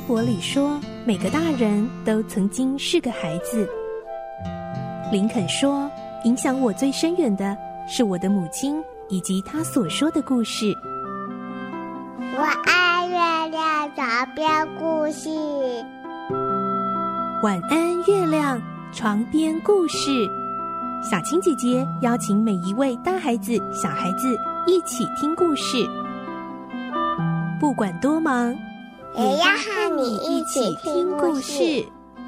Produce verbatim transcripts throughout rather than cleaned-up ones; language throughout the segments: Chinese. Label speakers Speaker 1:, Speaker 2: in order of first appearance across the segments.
Speaker 1: 伯里说，每个大人都曾经是个孩子。林肯说，影响我最深远的是我的母亲以及她所说的故事。
Speaker 2: 我爱月亮床边故事。
Speaker 1: 晚安，月亮床边故事。小青姐姐邀请每一位大孩子、小孩子一起听故事，不管多忙，
Speaker 2: 也要和你一起听故事。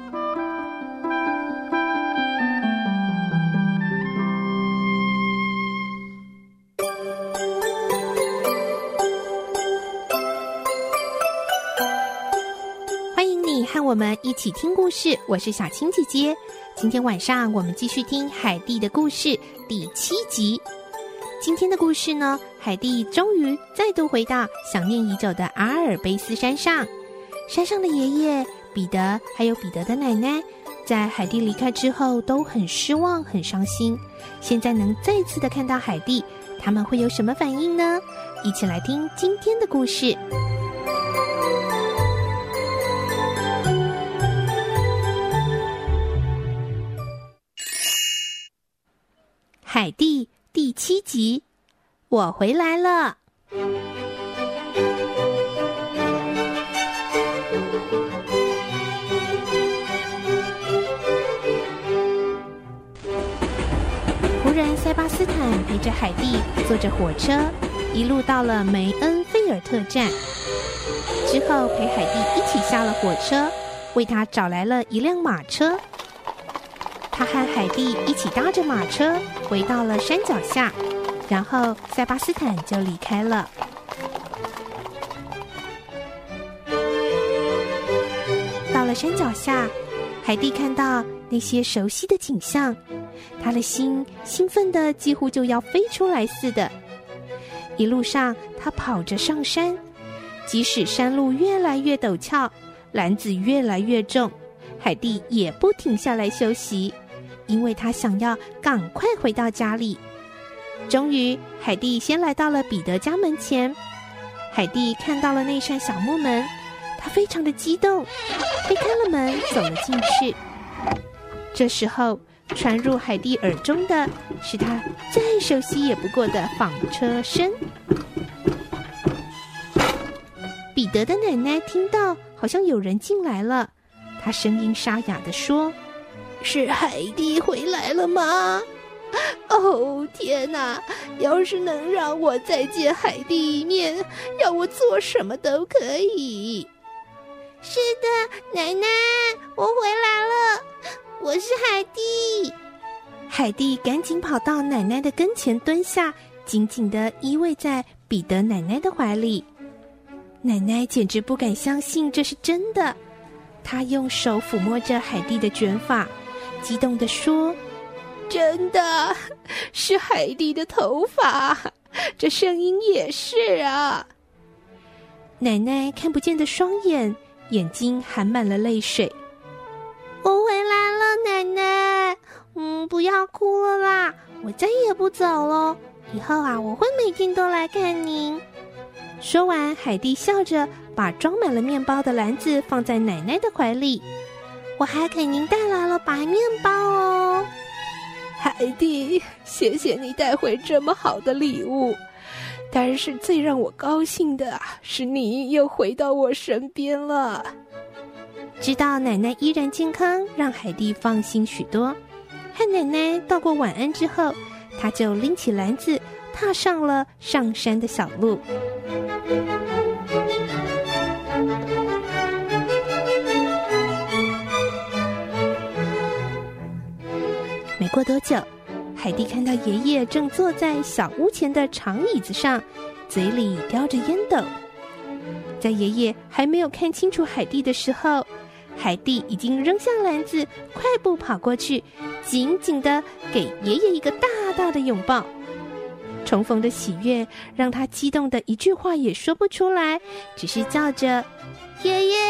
Speaker 1: 欢迎你和我们一起听故事，我是小青姐姐。今天晚上我们继续听海蒂的故事第七集。今天的故事呢，海蒂终于再度回到想念已久的阿尔卑斯山上。山上的爷爷、彼得还有彼得的奶奶，在海蒂离开之后都很失望、很伤心。现在能再次的看到海蒂，他们会有什么反应呢？一起来听今天的故事。海蒂第七集，我回来了。忽然，塞巴斯坦陪着海蒂坐着火车，一路到了梅恩菲尔特站。之后，陪海蒂一起下了火车，为她找来了一辆马车。他和海蒂一起搭着马车回到了山脚下，然后塞巴斯坦就离开了。到了山脚下，海蒂看到那些熟悉的景象，他的心兴奋的几乎就要飞出来似的。一路上他跑着上山，即使山路越来越陡峭，篮子越来越重，海蒂也不停下来休息，因为他想要赶快回到家里。终于，海蒂先来到了彼得家门前。海蒂看到了那扇小木门，他非常的激动，推开了门，走了进去。这时候，传入海蒂耳中的是他再熟悉也不过的纺车声。彼得的奶奶听到好像有人进来了，她声音沙哑地说，是海蒂回来了吗？哦，天哪！要是能让我再见海蒂一面，要我做什么都可以。
Speaker 2: 是的，奶奶，我回来了，我是海蒂。
Speaker 1: 海蒂赶紧跑到奶奶的跟前蹲下，紧紧地依偎在彼得奶奶的怀里。奶奶简直不敢相信这是真的，她用手抚摸着海蒂的卷发，激动地说，真的是海蒂的头发，这声音也是啊。奶奶看不见的双眼，眼睛含满了泪水。
Speaker 2: 我回来了，奶奶，嗯，不要哭了啦，我再也不走了，以后啊，我会每天都来看您。
Speaker 1: 说完，海蒂笑着把装满了面包的篮子放在奶奶的怀里。
Speaker 2: 我还给您带来了白面包哦。
Speaker 1: 海蒂，谢谢你带回这么好的礼物，但是最让我高兴的是你又回到我身边了。知道奶奶依然健康，让海蒂放心许多。和奶奶道过晚安之后，她就拎起篮子，踏上了上山的小路。没过多久，海蒂看到爷爷正坐在小屋前的长椅子上，嘴里叼着烟斗。在爷爷还没有看清楚海蒂的时候，海蒂已经扔下篮子，快步跑过去，紧紧地给爷爷一个大大的拥抱。重逢的喜悦让他激动的一句话也说不出来，只是叫着爷爷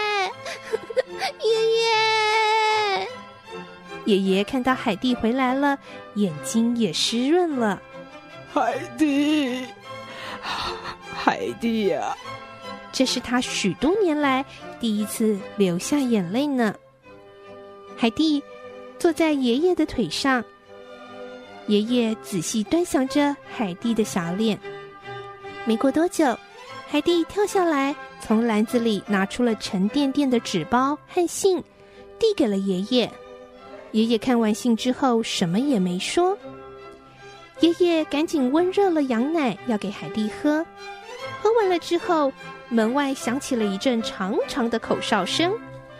Speaker 1: 爷爷。爷爷看到海蒂回来了，眼睛也湿润了。
Speaker 3: 海蒂，海蒂呀、啊！
Speaker 1: 这是他许多年来第一次流下眼泪呢。海蒂坐在爷爷的腿上，爷爷仔细端详着海蒂的小脸。没过多久，海蒂跳下来，从篮子里拿出了沉甸甸的纸包和信，递给了爷爷。爷爷看完信之后，什么也没说。爷爷赶紧温热了羊奶，要给海蒂喝。喝完了之后，门外响起了一阵长长的口哨声。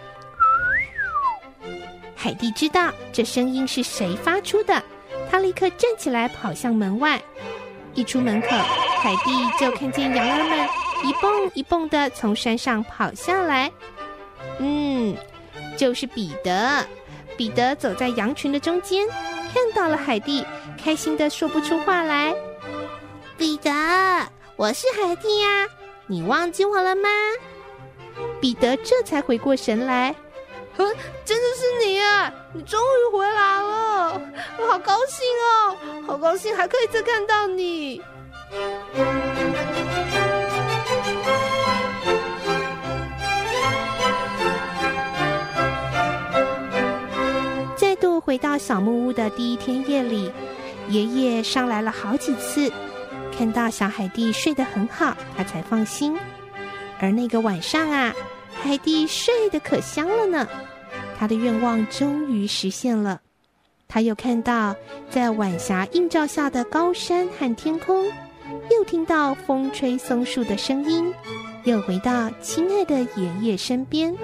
Speaker 1: 海蒂知道这声音是谁发出的，他立刻站起来跑向门外。一出门口，海蒂就看见羊儿们一蹦一蹦地从山上跑下来。嗯，就是彼得。彼得走在羊群的中间，看到了海蒂，开心地说不出话来。
Speaker 2: 彼得，我是海蒂呀，你忘记我了吗？
Speaker 1: 彼得这才回过神来。
Speaker 3: 呵，真的是你啊！你终于回来了，我好高兴哦，好高兴还可以再看到你。
Speaker 1: 再度回到小木屋的第一天夜里，爷爷上来了好几次，看到小海蒂睡得很好，他才放心。而那个晚上啊，海蒂睡得可香了呢，他的愿望终于实现了。他又看到在晚霞映照下的高山和天空，又听到风吹松树的声音，又回到亲爱的爷爷身边。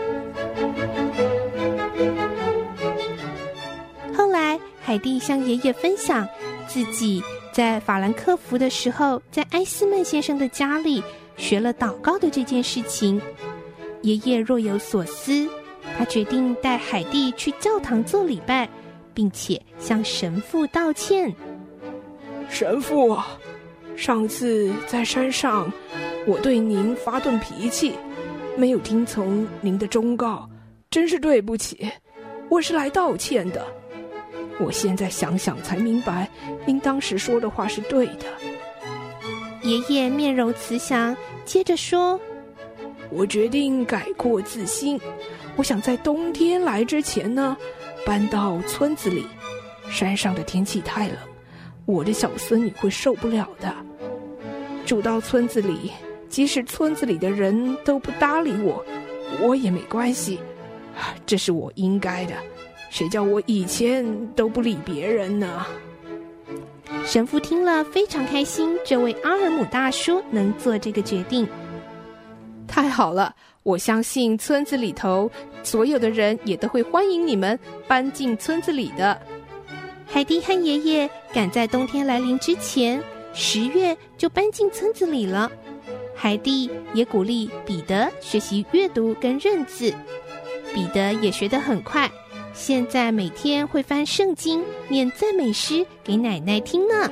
Speaker 1: 后来海蒂向爷爷分享自己在法兰克福的时候，在埃斯曼先生的家里学了祷告的这件事情。爷爷若有所思，他决定带海蒂去教堂做礼拜，并且向神父道歉。
Speaker 4: 神父啊，上次在山上我对您发顿脾气，没有听从您的忠告，真是对不起，我是来道歉的。我现在想想才明白，您当时说的话是对的。
Speaker 1: 爷爷面容慈祥，接着说，
Speaker 4: 我决定改过自新，我想在冬天来之前呢，搬到村子里。山上的天气太冷，我的小孙女会受不了的。住到村子里，即使村子里的人都不搭理我，我也没关系，这是我应该的。谁叫我以前都不理别人呢？
Speaker 1: 神父听了非常开心，这位阿尔姆大叔能做这个决定。太好了，我相信村子里头所有的人也都会欢迎你们搬进村子里的。海蒂和爷爷赶在冬天来临之前，十月就搬进村子里了。海蒂也鼓励彼得学习阅读跟认字，彼得也学得很快，现在每天会翻圣经，念赞美诗给奶奶听呢。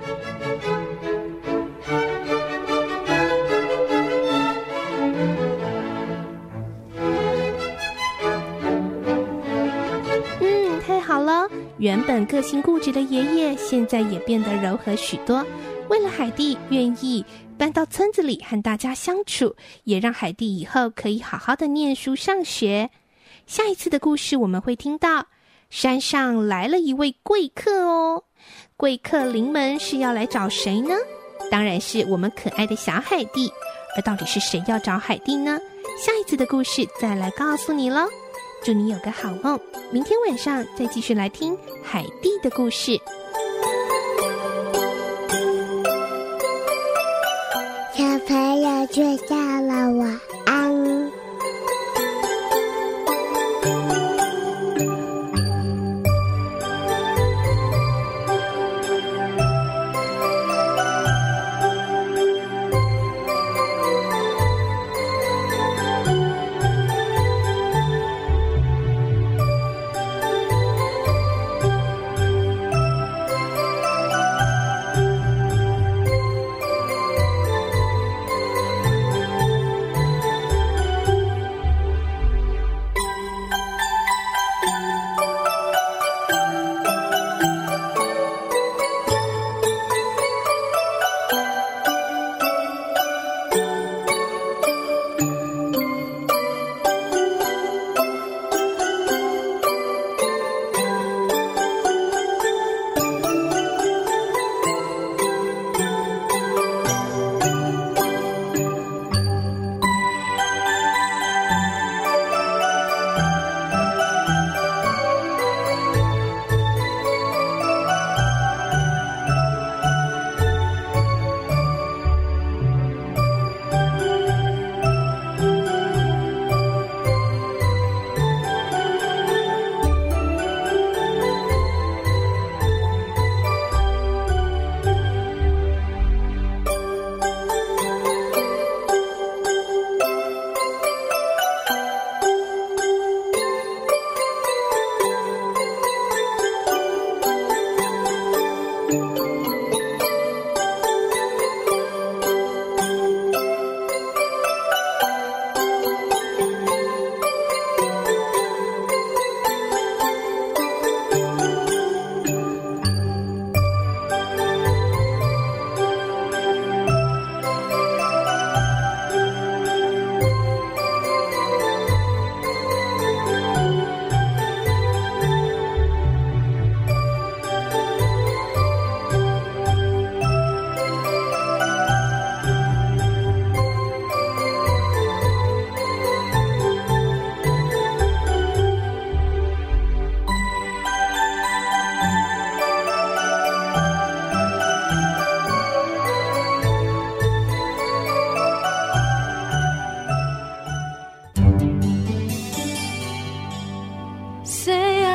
Speaker 1: 嗯，太好了，原本个性固执的爷爷现在也变得柔和许多，为了海蒂愿意搬到村子里和大家相处，也让海蒂以后可以好好的念书上学。下一次的故事我们会听到山上来了一位贵客哦，贵客临门是要来找谁呢？当然是我们可爱的小海蒂。而到底是谁要找海蒂呢？下一次的故事再来告诉你咯。祝你有个好梦，明天晚上再继续来听海蒂的故事。
Speaker 2: 小朋友睡觉了，晚安。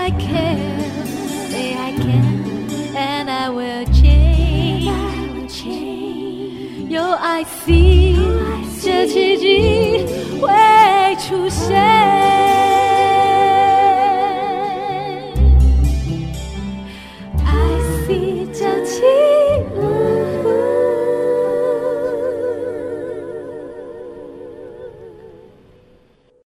Speaker 5: I can, say I can, and I will change. I will change. 有爱 see 这奇迹会出现。